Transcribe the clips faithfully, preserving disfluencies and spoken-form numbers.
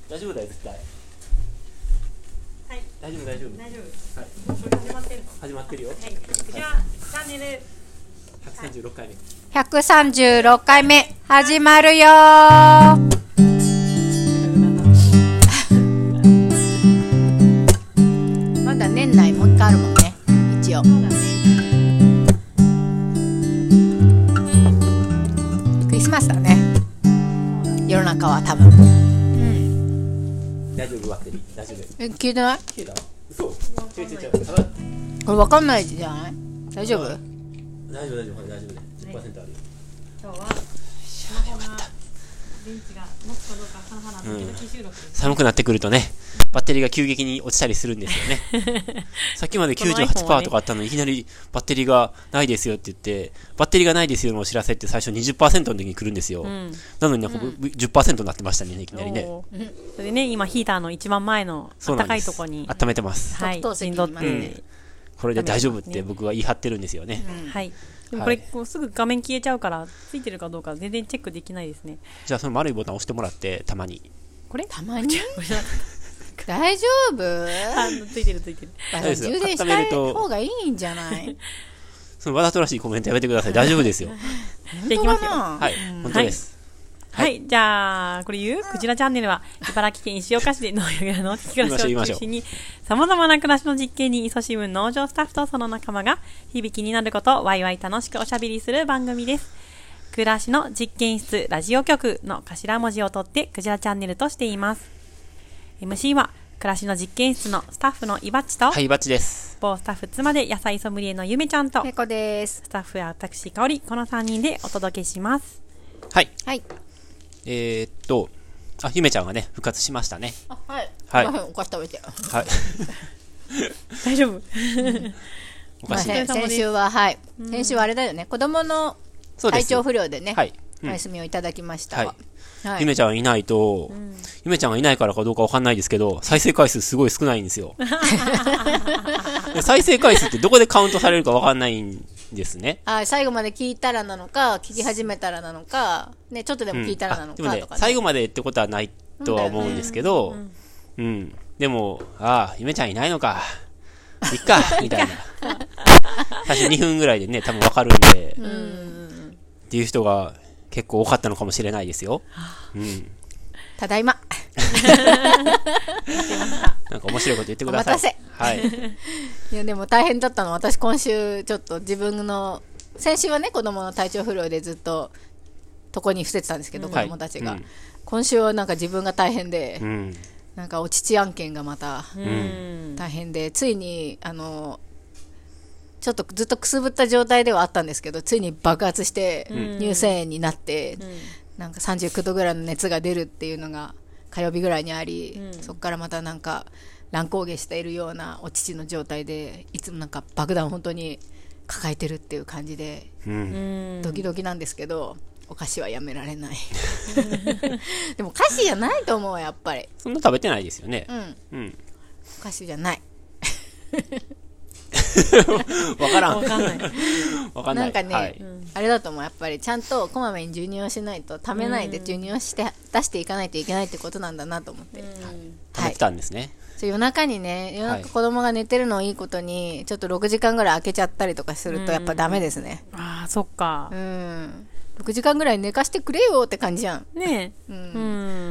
大丈夫だよ絶対。 はい。 大丈夫大丈夫。 大丈夫。 はい。 これ始まってるの。 始まってるよ。 はい。じゃあチャンネルひゃくさんじゅうろっかいめ。 ひゃくさんじゅうろっかいめ始まるよー。まだ年内もう一回あるもんね。一応。 そうだね。 クリスマスだね。世の中は多分。うん。 大丈夫バッテリー大丈夫。 え、聞いてない？ 消えた？嘘。消えてちゃう。 これわかんないじゃない？大丈夫？ 大丈夫大丈夫大丈夫でじゅっパーセントあるよ。 今日はスマホが電池が持つかどうかハラハラドキドキ収録です。 寒くなってくるとね、バッテリーが急激に落ちたりするんですよね。さっきまで きゅうじゅうはちパーセント とかあったのに、いきなりバッテリーがないですよって言って、バッテリーがないですよのお知らせって最初 にじゅっパーセント の時に来るんですよ。うん、なのに、ね、うん、じゅっパーセント になってましたね、いきなりね。 それでね、今ヒーターの一番前の暖かいところに温めてます。 はい、陣取って、うん、 これで大丈夫って僕は言い張ってるんですよね。 うん、はい。でもこれ、こうすぐ画面消えちゃうからついてるかどうか全然チェックできないですね。 じゃあその丸いボタン押してもらってたまに。 これたまに大丈夫？ あ、ついてるついてる。 充電したい方がいいんじゃない？ そのわざとらしいコメントやめてください。大丈夫ですよ。 じゃあいきますよ。 はい、本当です。 はい、はい、じゃあこれ言うクジラチャンネルは茨城県石岡市で農業や農地暮らしを中心にさまざまな暮らしの実験に勤しむ農場スタッフとその仲間が日々気になることをワイワイ楽しくおしゃべりする番組です。暮らしの実験室ラジオ局の頭文字を取ってクジラチャンネルとしています。 エムシー は暮らしの実験室のスタッフのいばっちと、 はい、いばっちです。 某スタッフ妻で野菜ソムリエのゆめちゃんとめこです。 スタッフや私かおり、このさんにんでお届けします。 はい、 はい、 えー、っとあ、ゆめちゃんがね復活しましたね。 あ、はい、 はい、 お菓子食べて。はい、 大丈夫？ お菓子、まあ、先週ははい、うん、先週はあれだよね、子供の体調不良でね、はい、うん、お休みをいただきましたわ。はいはい、ゆめちゃんいないと、うん、ゆめちゃんがいないからかどうかわかんないですけど、再生回数すごい少ないんですよ。再生回数ってどこでカウントされるかわかんないんですね。 あ、最後まで聞いたらなのか、聞き始めたらなのか、ね、ちょっとでも聞いたらなのかとか、ね、 うん、でもね、最後までってことはないとは思うんですけど、うん、うん、でも、ああ、ゆめちゃんいないのか、いっか、みたいな。最初にふんぐらいでね、多分わかるんで、うん、っていう人が、結構多かったのかもしれないですよ。うん。 ただいま。 なんか面白いこと言ってください。 お待たせ。 はい。 いやでも大変だったの。私今週ちょっと自分の先週はね、子供の体調不良でずっと床に伏せてたんですけど、うん、子供たちが、はい、うん、今週はなんか自分が大変で、うん、なんかお乳案件がまた大変で、うん、ついにあの。ちょっとずっとくすぶった状態ではあったんですけど、ついに爆発して乳腺炎になって、うん、なんかさんじゅうきゅうどぐらいの熱が出るっていうのが火曜日ぐらいにあり、うん、そこからまたなんか乱高下しているようなお乳の状態で、いつもなんか爆弾本当に抱えてるっていう感じで、うん、ドキドキなんですけど、お菓子はやめられない。でもお菓子じゃないと思う、やっぱり。 そんな食べてないですよね。 うん、うん、お菓子じゃない。 わからん。 わかんない。 わかんない。 なんかね、 はい、 あれだと思う。やっぱりちゃんとこまめに授乳をしないと、ためないで授乳をして出していかないといけないってことなんだなと思って。うん、 食べてたんですね。 そう、夜中にね、夜中子供が寝てるのをいいことに、ちょっとろくじかんぐらい空けちゃったりとかするとやっぱダメですね。 ああ、そっか。 うん。ろくじかんぐらい寝かしてくれよって感じじゃん。ねえ。うん。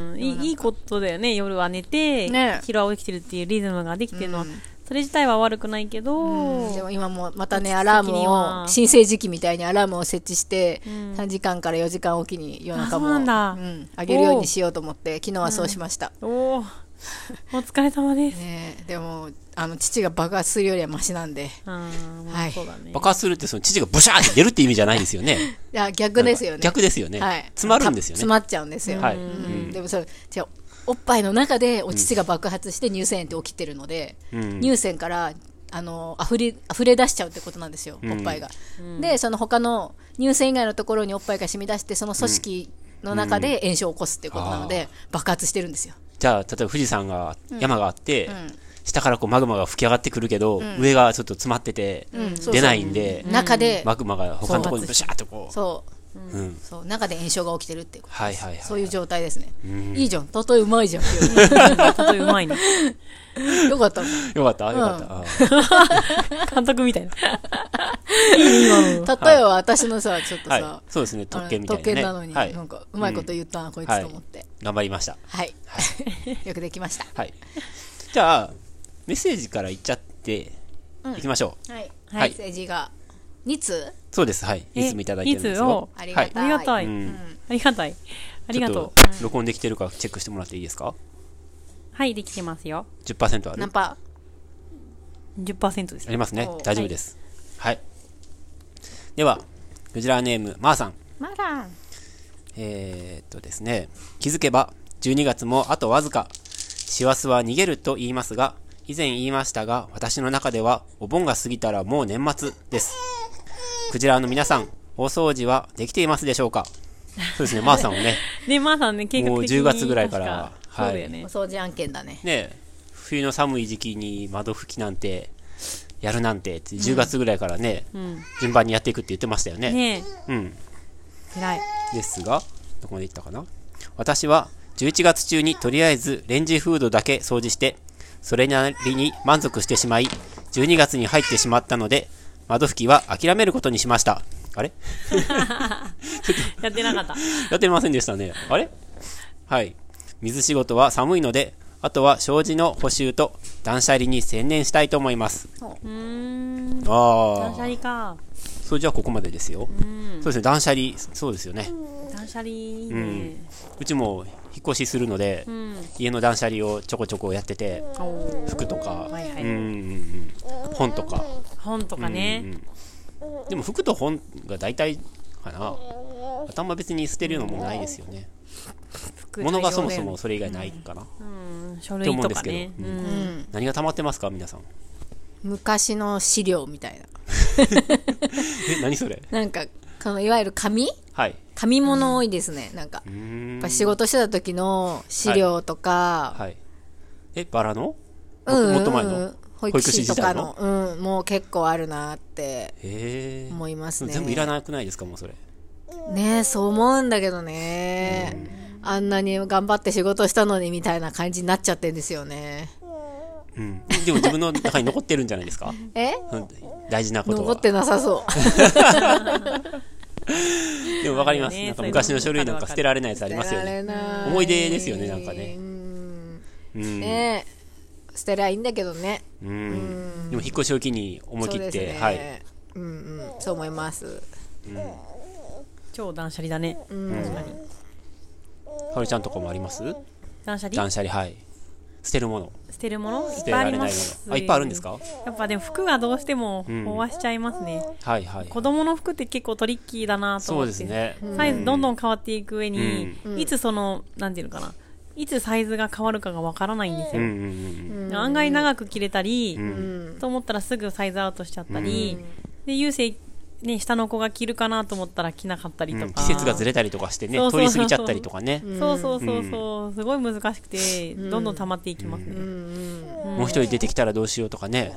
うん、いい、いいことだよね。夜は寝て、ね、昼は起きてるっていうリズムができてるのは。うん、それ自体は悪くないけど、 うん、でも今もまたね、アラームを申請時期みたいにアラームを設置して、うん、さんじかんからよじかんおきに夜中も、うん、あげるようにしようと思って昨日はそうしました。 お, お, お疲れ様です、 ね、でもあの父が爆発するよりはマシなんで、 はい、そうだね、 爆発するってその父がブシャーって出るって意味じゃないですよね。 いや逆ですよね。 逆ですよね、はい、詰まるんですよね。 詰まっちゃうんですよ、はい、うん、でもそれじゃおっぱいの中でお乳が爆発して乳腺炎って起きてるので、うん、乳腺からあの溢れ、溢れ出しちゃうってことなんですよ、うん、おっぱいが、うん、でその他の乳腺以外のところにおっぱいが染み出してその組織の中で炎症を起こすっていうことなので、うん、爆発してるんですよ。 じゃあ例えば富士山が、山があって、うん、下からこうマグマが吹き上がってくるけど、うん、上がちょっと詰まってて、うん、出ないんで、 中でマグマが他のところにブシャーっとこうそううん。 そう中で炎症が起きてるっていうことです。 はいはいはいはい。 そういう状態ですね。 うん。 いいじゃん。例えうまいじゃん。 例えうまいね。 よかった。 よかったよかった。あ監督みたいな。 例えば私のさ、ちょっとはいさ、 そうですね、特権みたいなね。 特権なのに、 はいなんかうまいこと言ったな、こいつと思って。 頑張りました。 はい。よくできました。 はい。じゃあ、メッセージからいっちゃって、いきましょう。 はい。 はいメッセージがに通そうです、はい。いつもいただいてるんですよ。 ありがたい。 ありがたい。 うんありがたい。ありがとう。 録音できてるかチェックしてもらっていいですか？ はい、できてますよ。 じゅっパーセント ある？ 何パじゅっパーセントですあ。りますねお。 大丈夫です。はい。では、クジラネーム、まーさん。 ーまだ。 えーっとですね、気づけばじゅうにがつもあとわずか。師走は逃げると言いますが、以前言いましたが、私の中ではお盆が過ぎたらもう年末です。クジラの皆さん、大掃除はできていますでしょうか？そうですね、まーさんをね、 で、まあさんね、計画的に。 もうじゅうがつぐらいから確そうだよねお。掃除案件だね。 ね、冬の寒い時期に窓拭きなんて、やるなんてってじゅうがつぐらいからね、 うん。 順番にやっていくって言ってましたよね。 ねうん。 え、偉い。 ですが、どこまで行ったかな？私はじゅういちがつ中にとりあえずレンジフードだけ掃除して、それなりに満足してしまい、じゅうにがつに入ってしまったので、窓拭きは諦めることにしました。あれやってなかった。 やってませんでしたね。あれはい。水仕事は寒いので、あとは障子の補修と断捨離に専念したいと思います。 うーん。 あ断捨離あ。 か。 それじゃあここまでですよ。そうですね、断捨離、そうですよね。 断捨離いいね。 うん。うちも引っ越しするので、 うん。 家の断捨離をちょこちょこやってて、 おー服とか、 はいはいうんうんうん、本とか。 本とかね。 うんうんでも服と本が大体かな。頭別に捨てるのもないですよね。 服物がそもそ大量だよねもそれ以外ないかな。 うん。書類とかね。 って思うんですけどうん。 うん。 何が溜まってますか皆さん。 昔の資料みたいな。 え、何それ？ なんか、このいわゆる紙はい。 紙物多いですね。なんかう、ーんやっぱ仕事してた時の資料とか、 はい。え、バラの？ うんうんうんもっと前の？ 保育士とかの、うん、もう結構あるなってへー思いますね。 全部いらなくないですかもうそれ。 ねえ、そう思うんだけどね。あんなに頑張って仕事したのにみたいな感じになっちゃってんですよね。 うん。でも自分の中に残ってるんじゃないですか？ えうん大事なことは。 残ってなさそう。 でもわかります。 ねなんか昔の書類なんか捨てられないやつありますよね。 捨てられない思い出ですよねなんかねうんうん。 ねえ、捨てりゃいいんだけどね。 うん。でも引っ越しを機に思い切って、 そうですね。 はい。 うんうん、そう思います。 超断捨離だね。確かに。 かおりちゃんとかもあります？ 断捨離断捨離、はい。捨てるもの。 捨てるものい捨ってぱいあられないもります。 の。あ、いっぱいあるんですか？ やっぱでも服がどうしてもうん飽和しちゃいますね。 はいはい。 子供の服って結構トリッキーだなとそう思って。 ですね。 サイズどんどん変わっていく上に、 うんいつその、なんていうのかな。いつサイズが変わるかがわからないんですよ。 うんうんうん。 案外長く着れたり、 うんと思ったらすぐサイズアウトしちゃったり、で、優勢、ね、下の子が着るかなと思ったら着なかったりとか。 うん季節がずれたりとかしてね、 そうそうそう通り過ぎちゃったりとかね。 そうそうそうそう、すごい難しくて、どんどん溜まっていきますね。 もう一人出てきたらどうしようとかね。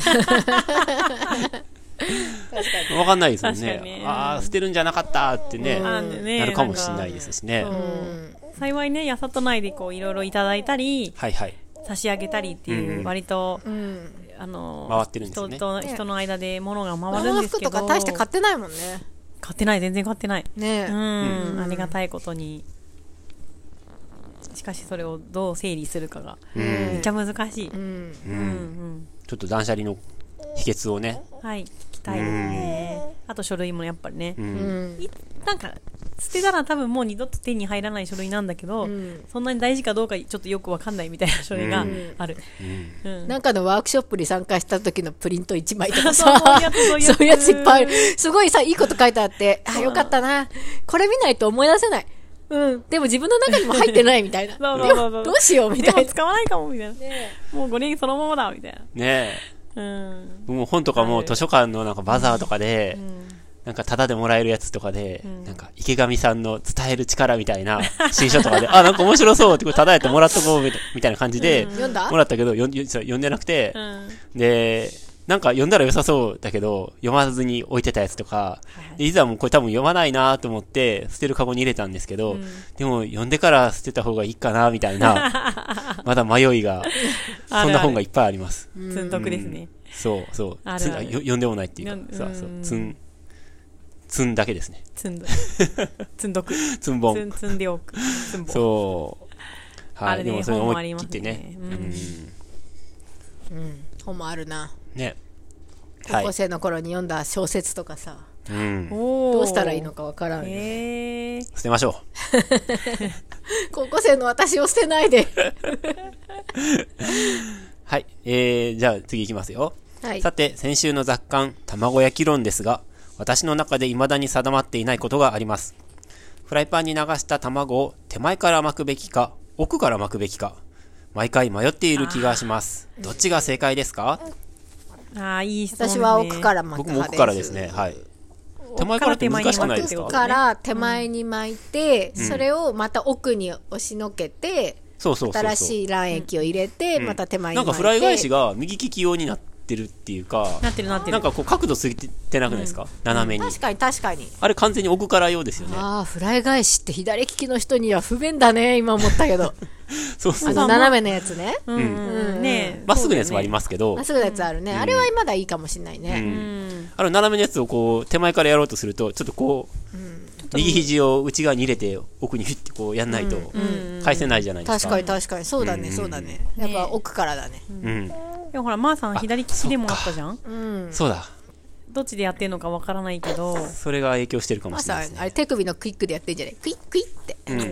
わかんないですよね。 確かにねああ、捨てるんじゃなかったってね、 あーねなるかもしれないですしね。 そう幸いね、やさと内でこういろいろいただいたり、 はいはい。 差し上げたりっていう、 うん割と、 うん。 あの、 回ってるんですね人と人の間で物が子回る供の服んですけど、 とか大して買ってないもんね。 買ってない、全然買ってない。 ねうえ。 ん、ありがたいことに。しかしそれをどう整理するかが、 うんめっちゃ難しい。 うん。 うんうん。 ちょっと断捨離の秘訣をね。 はい、聞きたいですね。あと書類もやっぱりねう。。 うんん。 いなんか、捨てたら多分もう二度と手に入らない書類なんだけど、 んそんなに大事かどうかちょっとよくわかんないみたいな書類がある。 うんうん。 なんかのワークショップに参加した時のプリントいちまいとかそうさ、 そういうやつそういうやつそういうやついっぱいある。すごいさ、いいこと書いてあって、あ、よかったな。これ見ないと思い出せない。うん。でも自分の中にも入ってないみたいな。 そうそうでそうそうも、どうしようみでたいな。 も使わないかもみたいな。もうごねんそのままだみたいな。 ねうん。 え。もう本とかも図書館のなんかバザーとかで、なんかタダでもらえるやつとかで、なんか池上さんの伝える力みたいな新書とかで、あ、なんか面白そうってこれタダやってもらっとこうみたいな感じで、 読んだもらったけど、読ん読んでなくてう、ん。 で、 なんか読んだら良さそうだけど、読まずに置いてたやつとか、 はいはい、 でいざもうこれ多分読まないなと思って、捨てるカゴに入れたんですけど、うん、でも読んでから捨てた方がいいかな、みたいな、まだ迷いが、そんな本がいっぱいあります。 積んどくですね。うん、 そうそう。あるある読んでもないっていうか、そうそう。積ん、積んだけですね。 積んど、積んどく。 積んぼん。 積んでおく。積んぼん。 そう。はい。 あれね、 でもそれ思い切ってね。 うん。 うん。本もあるな。 ね。 高校生の頃に読んだ小説とかさ。 うん。 どうしたらいいのかわからん。 えー。捨てましょう。 高校生の私を捨てないで。 はい。えー、じゃあ次いきますよ。 はい。 さて、先週の雑感、卵焼き論ですが、私の中で未だに定まっていないことがあります。フライパンに流した卵を手前から巻くべきか、奥から巻くべきか、毎回迷っている気がします。どっちが正解ですか？ ああ、いい質問ですね。 私は奥から巻く僕も奥からですね。はい。手前からって難しくないですか？ 奥から手前に巻いて、うん、それをまた奥に押しのけて、 そうそうそうそう、 新しい卵液を入れて、うん、また手前に巻いて、 なんかフライ返しが右利き用になってるっていうか、 なってるなってる。 なんかこう角度ついてなくないですか？うん、斜めに。 確かに確かに。 あれ完全に奥から用ですよね。 ああ、フライ返しって左利きの人には不便だね、今思ったけど。 そうそう。 あの斜めのやつね。 うん。うん、ね。 まっすぐのやつもありますけど。 まっすぐのやつあるね。あれはまだいいかもしれないね。 うん。あの斜めのやつをこう手前からやろうとすると、ちょっとこう、右肘を内側に入れて奥にフィッてこうやんないと返せないじゃないですか。 確かに確かに。そうだね、そうだね。やっぱ奥からだね。 うん。 でもほら、まーさん左利きでもあったじゃん？ うん。 そうだ。 どっちでやってるのかわからないけど、 それが影響してるかもしれないですね。 あれ手首のクイックでやってんじゃない？クイックイッって。 うん。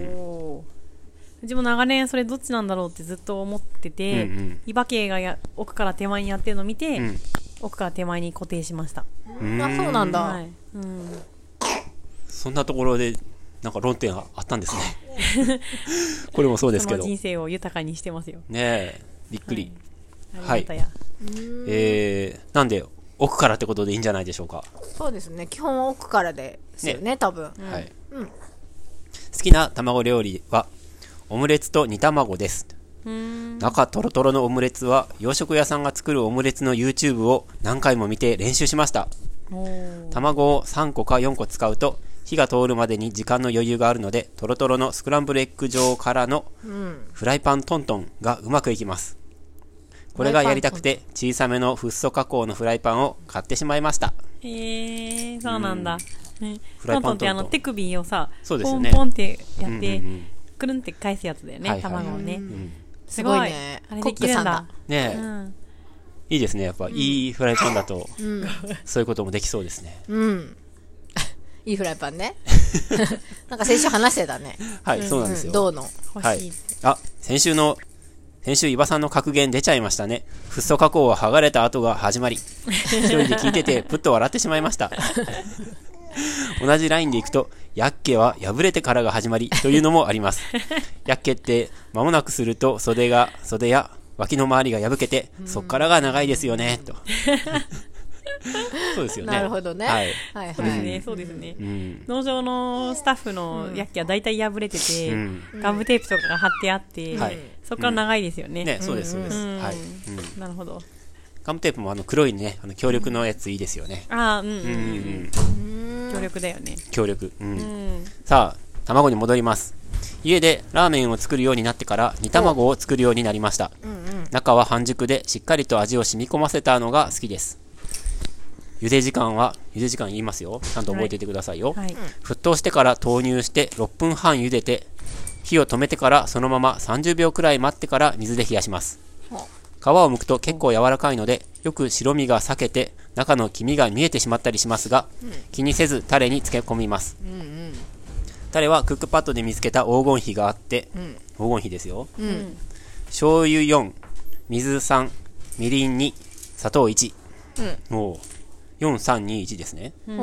うちも長年それどっちなんだろうってずっと思ってて、うんうん、イバ系がや奥から手前にやってるのを見て、うん、奥から手前に固定しました。 うん、あ、そうなんだ、はい、 うん。 そんなところでなんか論点があったんですね。これもそうですけど。 その人生を豊かにしてますよ。 ねえ、びっくり。 はい。はい、 えー、なんで奥からってことでいいんじゃないでしょうか。 そうですね。基本奥からですよね、ね、多分。 はい、 うん。 好きな卵料理はオムレツと煮卵です。中トロトロのオムレツは洋食屋さんが作るオムレツの YouTube を何回も見て練習しました。卵をさんこかよんこ使うと火が通るまでに時間の余裕があるので、トロトロのスクランブルエッグ状からのフライパントントンがうまくいきます。これがやりたくて小さめのフッ素加工のフライパンを買ってしまいました。 へー、そうなんだ。ね、トントンってあの手首をさ、 そうですよね、 ポンポンってやって、うんうんうん、くるんって返すやつだよね、はいはい、卵をね、うん、すごいね。 あれできるんだねえ、うん、いいですね。やっぱ、うん、いいフライパンだと、うん、そういうこともできそうですね。 うん。いいフライパンね。なんか先週話してたね。 はい、そうなんですよ。 銅の。 はい。あ、先週の先週伊庭さんの格言出ちゃいましたね。フッ素加工は剥がれた後が始まり。一人で聞いててぷっと笑ってしまいました。同じラインでいくと、ヤッケは破れてからが始まりというのもあります。ヤッケって間もなくすると袖が袖や脇の周りが破けて、そっからが長いですよねと。そうですよね。 なるほどね。 はい。 はいはい、そうですね、そうですね、うん。農場のスタッフのヤッケは大体破れてて、うん、ガムテープとかが貼ってあって、うん、そこから長いですよね。 ね、そうですそうです。 うん、 はい、 うん。なるほど。 ガムテープもあの黒いね、あの強力のやついいですよね。 ああ、うんうんうん。強力だよね。 強力。うん。うん、さあ、卵に戻ります。家でラーメンを作るようになってから煮卵を作るようになりました。うんうん、中は半熟でしっかりと味を染み込ませたのが好きです。茹で時間は、茹で時間言いますよ。ちゃんと覚えておいてくださいよ。はいはい、沸騰してから投入してろっぷんはん茹でて、火を止めてからそのままさんじゅうびょうくらい待ってから水で冷やします。皮を剥くと結構柔らかいので、よく白身が裂けて中の黄身が見えてしまったりしますが、うん、気にせずタレに漬け込みます。うんうん、タレはクックパッドで見つけた黄金比があって、うん、黄金比ですよ。うん、醤油よん、水さん、みりんに、砂糖いち。うん、およんさんにいちですね。うん、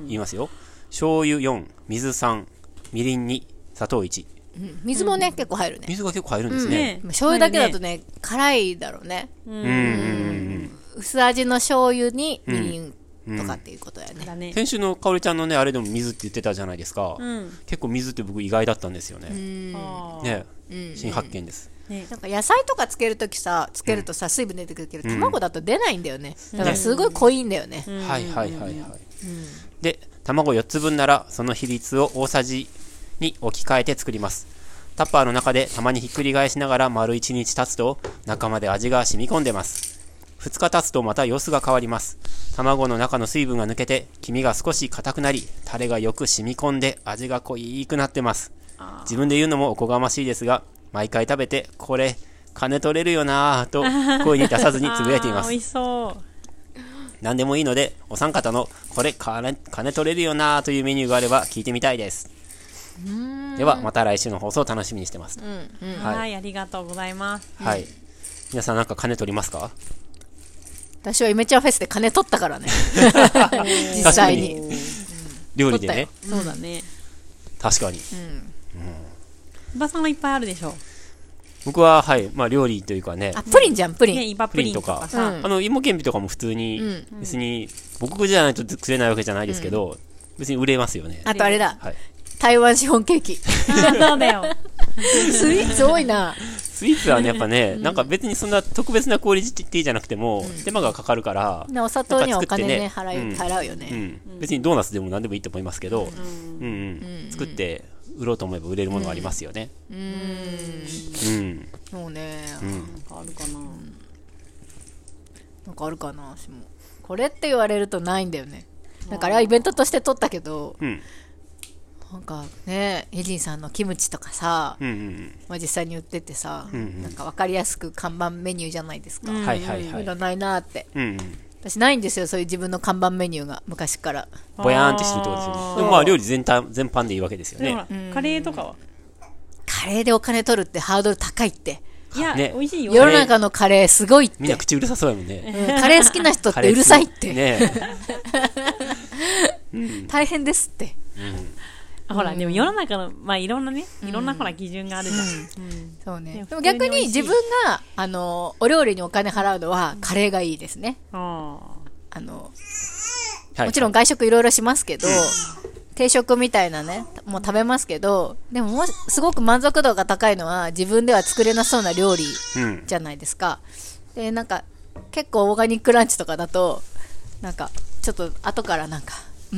言いますよ。醤油よん、水さん、みりんに、砂糖いち。 うん、水もね、うん、結構入るね。 水が結構入るんですね。 うん、ね、醤油だけだとね、辛いだろうね。うんうんうん、薄味の醤油にみりんとかっていうことやね。 うんうん、 先週のかおりちゃんのね、あれでも水って言ってたじゃないですか。うん、結構水って僕意外だったんですよね。うん、ね、うん、新発見です。 ね、 なんか野菜とかつけるときさ、つけるとさ、水分出てくるけど、卵だと出ないんだよね。だからすごい濃いんだよね。 はいはいはいはい。で、卵よっつぶんなら、その比率を大さじに置き換えて作ります。タッパーの中でたまにひっくり返しながら丸いちにち経つと、中まで味が染み込んでます。ふつか経つとまた様子が変わります。卵の中の水分が抜けて、黄身が少し硬くなり、タレがよく染み込んで味が濃いくなってます。自分で言うのもおこがましいですが、毎回食べて、これ、金取れるよなぁと声に出さずにつぶやいています。 美味しそう。 何でもいいので、お三方のこれ金、金取れるよなぁというメニューがあれば聞いてみたいです。では、また来週の放送を楽しみにしてます。 うんうん、はい、はい、ありがとうございます。 はい。皆さんなんか金取りますか？ 私はイメチャーフェスで金取ったからね。実際に。に料理でね。 そうだね。 確かに。 伊庭さんはいっぱいあるでしょう。 僕は、はい、まあ料理というかね。 あ、プリンじゃん、プリン。 ね、伊庭プリンとかさ。 あの、芋けんぴとかも普通に、別に、僕じゃないと作れないわけじゃないですけど、別に売れますよね。 あとあれだ。台湾シフォンケーキ。 そうだよ。 スイーツ多いな。 スイーツはね、やっぱね、なんか別にそんな特別なクオリティじゃなくても、手間がかかるから、 お砂糖にはお金ね、払うよね。 別にドーナツでも何でもいいと思いますけど、作って売ろうと思えば売れるものがありますよね。うん。 うん。そうね。なんかあるかな。なんかあるかな、私も。これって言われるとないんだよね。なんかあれはイベントとして撮ったけど、なんかね、エジンさんのキムチとかさ、うんうん、まあ、実際に売っててさ、うんうん、なんか分かりやすく看板メニューじゃないですか。はいはいはい。いらないなーって、うんうん。私ないんですよ、そういう自分の看板メニューが昔から。 ぼやーんってしてるってことですよね。でもまあ料理全体全般でいいわけですよね。 カレーとかは？ カレーでお金取るってハードル高いって。 いや、ね、美味しいよ。 世の中のカレーすごいって。 みんな口うるさそうやもんね。 うん、カレー好きな人ってうるさいって。ねうん、大変ですって。うんほら、でも世の中の、まあいろんなね、いろんなほら基準があるじゃん。 そうね。でも逆に自分が、あの、お料理にお金払うのはカレーがいいですね。あの、もちろん外食いろいろしますけど、定食みたいなね、もう食べますけど、でももすごく満足度が高いのは自分では作れなそうな料理じゃないですか。で、なんか、結構オーガニックランチとかだと、なんか、ちょっと後からなんか、うん、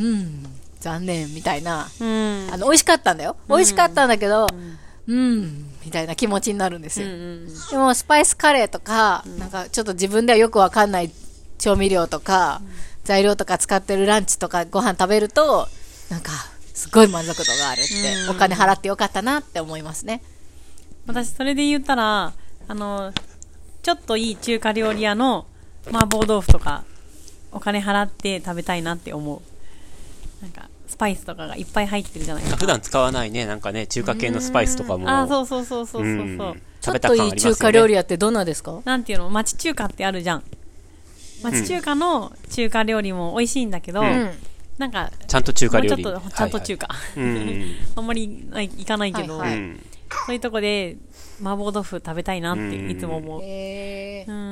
残念みたいな、うん、あの美味しかったんだよ、うん、美味しかったんだけど、うん、うん、みたいな気持ちになるんですよ、うんうん、でもスパイスカレーとか、うん、なんかちょっと自分ではよくわかんない調味料とか、うん、材料とか使ってるランチとかご飯食べるとなんかすごい満足度があるって、うん、お金払ってよかったなって思いますね。 私それで言ったらあのちょっといい中華料理屋の麻婆豆腐とかお金払って食べたいなって思う。なんかスパイスとかがいっぱい入ってるじゃないですか。 普段使わないね、なんかね、中華系のスパイスとかも。 あ、そうそうそうそうそうそう、うん。 ちょっといい中華料理屋ってどんなですか？ なんていうの、町中華ってあるじゃん。町中華の中華料理も美味しいんだけど、うん、なんかちゃんと中華料理、 もうちょっとちゃんと中華、はいはい、あんまり行かないけど、はいはい、そういうとこで麻婆豆腐食べたいなっていつも思う。 へー、うん、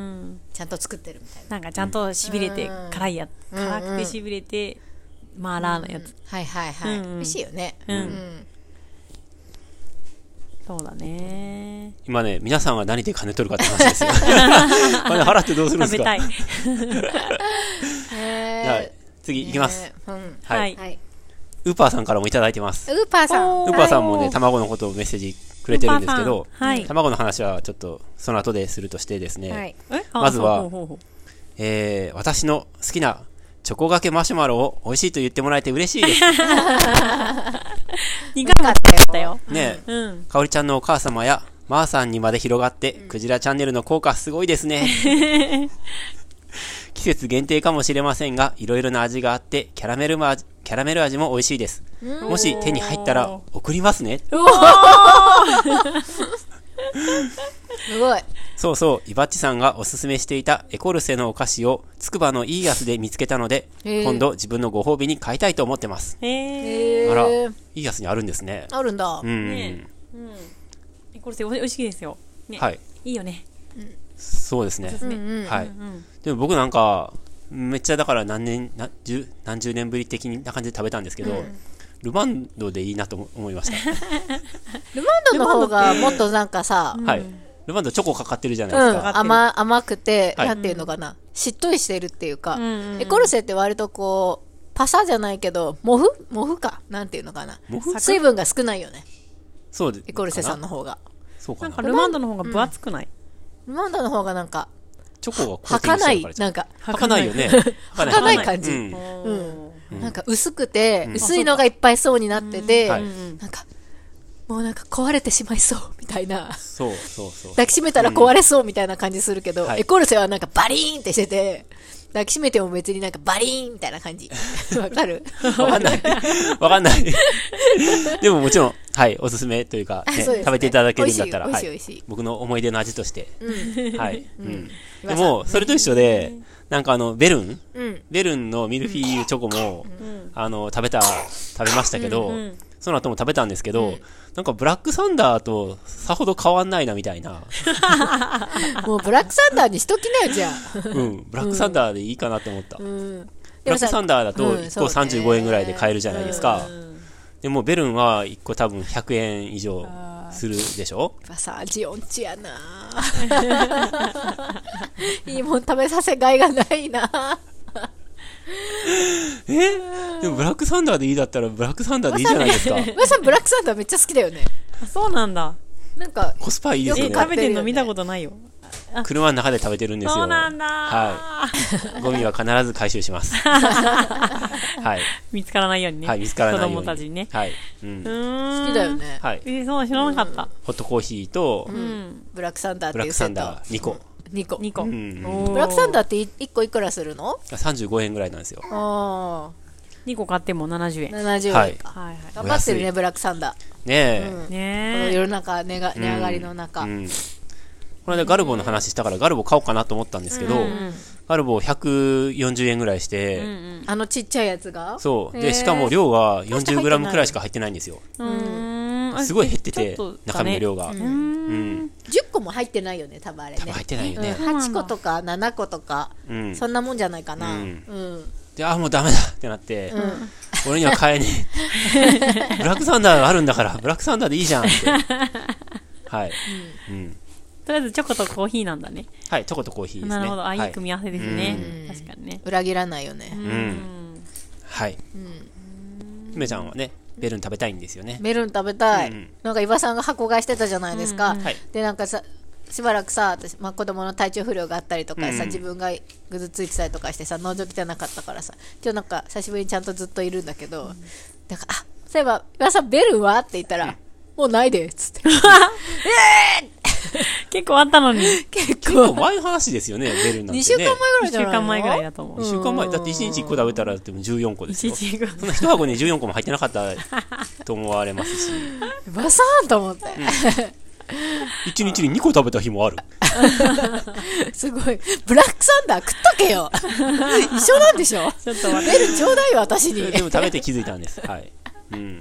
ちゃんと作ってるみたいな。 なんかちゃんとしびれて、うん、辛いやつ、辛くてしびれて。マーラーのやつ、うん、 はいはいはい、うんうん、美味しいよね、うんうん、 そうだね。 今ね、皆さんは何で金取るかって話ですよ。金払ってどうするんですか？食べたい。じゃあ次行きます、うん、はい、はい、ウーパーさんからもいただいてます。 ウーパーさん、 ウーパーさんもね、卵のことをメッセージくれてるんですけど、はい、卵の話はちょっとその後でするとしてですね、はい、まずは、えー、私の好きなチョコがけマシュマロを美味しいと言ってもらえて嬉しいです。 苦かったよ。 ねえ、うん、かおりちゃんのお母様やまーさんにまで広がって、クジラチャンネルの効果すごいですね。季節限定かもしれませんが、いろいろな味があって、キャラメル味、キャラメル味も美味しいです。もし手に入ったら送りますね。 うおすごい。 そうそう、イバッチさんがおすすめしていたエコルセのお菓子をつくばのいいやつで見つけたので、今度自分のご褒美に買いたいと思ってます。へー。あら、いいやつにあるんですね。 あるんだ。 うん。 ね、うん。エコルセおいしいですよ。ね、はい。いいよね。 うん、そうですね。はい。でも僕なんかめっちゃだから何年何十何十年ぶり的な感じで食べたんですけど。うん、ルマンドでいいなと思いました。 ルマンドの方がもっとなんかさ、はい、 ルマンドチョコかかってるじゃないですか。 うん、甘、甘くて、 はいなんていうのかな、しっとりしてるっていうか、 うんうんうんエコルセって割とこう、パサじゃないけど、モフモフかなんていうのかな。 モフ水分が少ないよね。 そうでエコルセさんの方が。 そうかな。 なんかルマンドの方が分厚くない？ ルマンドの方がなんか、 チョコがコーはティングかないしてるから、じゃんなんか、 はかないよね。 はかない感じ。 うんうん。なんか薄くて、薄いのがいっぱいそうになってて、 はいなんか、もうなんか壊れてしまいそうみたいな。 そうそうそう。 抱きしめたら壊れそうみたいな感じするけど、 うんはいエコルセはなんかバリーンってしてて、抱きしめても別になんかバリーンみたいな感じ。わかる？ わかんない。わかんない。でももちろん、はい、おすすめというか、ねそうですね食べていただけるんだったら、 美味しいはい美味しい美味しい僕の思い出の味として、はい。うんで岩さんも、それと一緒で、なんかあの、ベルンうん。 ベルンのミルフィーユチョコも、あの、食べた、食べましたけど、その後も食べたんですけど、なんかブラックサンダーとさほど変わんないなみたいな。 もうブラックサンダーにしときなよ、じゃあ。 うん、ブラックサンダーでいいかなって思った。 うん。 ブラックサンダーだとうんいっこさんじゅうごえんぐらいで買えるじゃないですか。 うんでもベルンはいっこ多分ひゃくえん以上するでしょ。 やっぱさ、ジオンチやな。いいもん食べさせがいがないな。 えでもブラックサンダーでいいだったらブラックサンダーでいいじゃないですか。 岩さんブラックサンダーめっちゃ好きだよね。 あ、そうなんだ。 なんか、 コスパいいですえ、 よね。 食べてんの見たことないよ。 車の中で食べてるんですよ。 そうなんだ。 はい。ゴミは必ず回収します。はい。 見つからないようにね。 はい、見つからないように。 子供たちにね。 はい。うんう。ーん。 好きだよ。ね。 はい。 え、そう、知らなかった。 ホットコーヒーと、 うん。 ブラックサンダーっブラッていうセット。 クサンダーにこ。 にこ。 にこ。 うん。 おブラックサンダーー。 っていいっこいくらするの？ さんじゅうごえんぐらいなんですよ。 あにこ買ってもななじゅうえん。 あ、ななじゅうはいえんか。 はいはい。 頑張ってるね、 お安いブラックサンダー。 ねえ。 うんこのね世の中、値が値上がりの中。 うん。この間ガルボの話したからガルボ買おうかなと思ったんですけど、ガルボひゃくよんじゅうえんぐらいして、 あのちっちゃいやつがそう。で、 へーしかも量が よんじゅうグラム くらいしか入ってないんですよ。 え。うーん。 すごい減っててちょっと、 中身の量が。 うー。 うんん。 じゅっこも入ってないよね、多分あれね多分入。ってないよね。 うんはちことかななことか、 うん。 そんなもんじゃないかな。 ううんん。 で、あ、もうダメだってなって、俺には買えねえ。ブラックサンダーがあるんだから、ブラックサンダーでいいじゃんって。はい。うん。 とりあえずチョコとコーヒーなんだね。 はい、チョコとコーヒーですね。 なるほど。あ、いはい組み合わせですねう。ん確かにね。 裏切らないよね。 んはい。めちゃんはね、ベルン食べたいんですよね。 メルン食べたい。 うんなんか岩さんが箱買いしてたじゃないですか。 はい。 で、なんかさ、しばらくさ、私、まあ、子供の体調不良があったりとかさ、 うん自分がぐずついてたりとかしてさ、農場来てなかったからさ、今日なんか久しぶりにちゃんとずっといるんだけど、だから、あ、そういえば、岩さんベルンはって言ったら、もうないで、つって。 結構あったのに。 結結構構、 前の話ですよね、ベルンなんて、ね。 にしゅうかんまえぐらい一じゃないの週間前ぐらいだと思う。 にしゅうかんまえ。だっていちにちいっこ食べたらでもじゅうよんこですよ。 一日後。 そんな一箱にじゅうよんこも入ってなかったと思われますし、 岩さんと思って。 いちにちににこ食べた日もある。 すごい。ブラックサンダー食っとけよ。一緒なんでしょ？ ちょっと待って。 ベルちょうだいよ、私に。 でも食べて気づいたんです。はい。うん。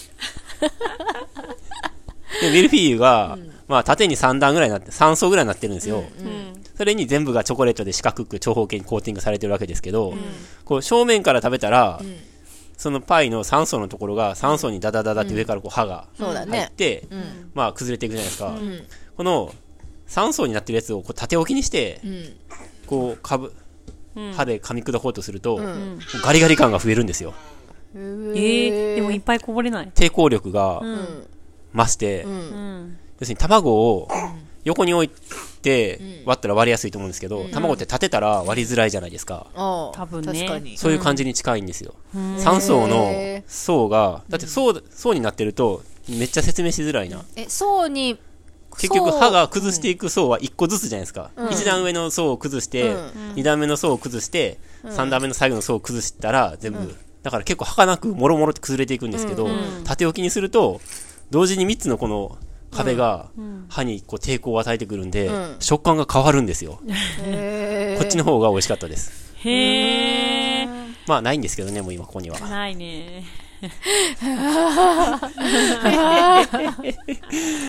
で、ミルフィーユが、まあ、縦にさんだんぐらいになって、さん層ぐらいになってるんですよ。 うん。 それに全部がチョコレートで四角く長方形にコーティングされてるわけですけど、こう正面から食べたら、そのパイのさん層のところがさん層にダダダダって上からこう刃がそうだ入っね。 て、 うん。 まあ崩れていくじゃないですか。 んこのさん層になってるやつをこう縦置きにして、 うん。 こうかぶ、歯で噛み砕こうとすると、 んガリガリ感が増えるんですよ。 えー、でもいっぱいこぼれない。 抵抗力がうん。 増して、 うん。 うん。 要するに卵を横に置いて割ったら割りやすいと思うんですけど、卵って立てたら割りづらいじゃないですか。 ああ、 多分ね確かに。 そういう感じに近いんですよ。さん層のへー層が、だって層、層になってるとめっちゃ説明しづらいな。 え、層に、 結局層歯が崩していく層はいっこずつじゃないですか。 うんいち段上の層を崩して、 うに段目の層を崩して、さん段目の最後の層を崩したら全部、だから結構儚くもろもろって崩れていくんですけど、縦置きにすると、同時にみっつのこの壁が歯にこう抵抗を与えてくるんで、 うん食感が変わるんですよ。 へこっちの方が美味しかったです。 へー。 まあないんですけどね、もう今ここには。 ないね。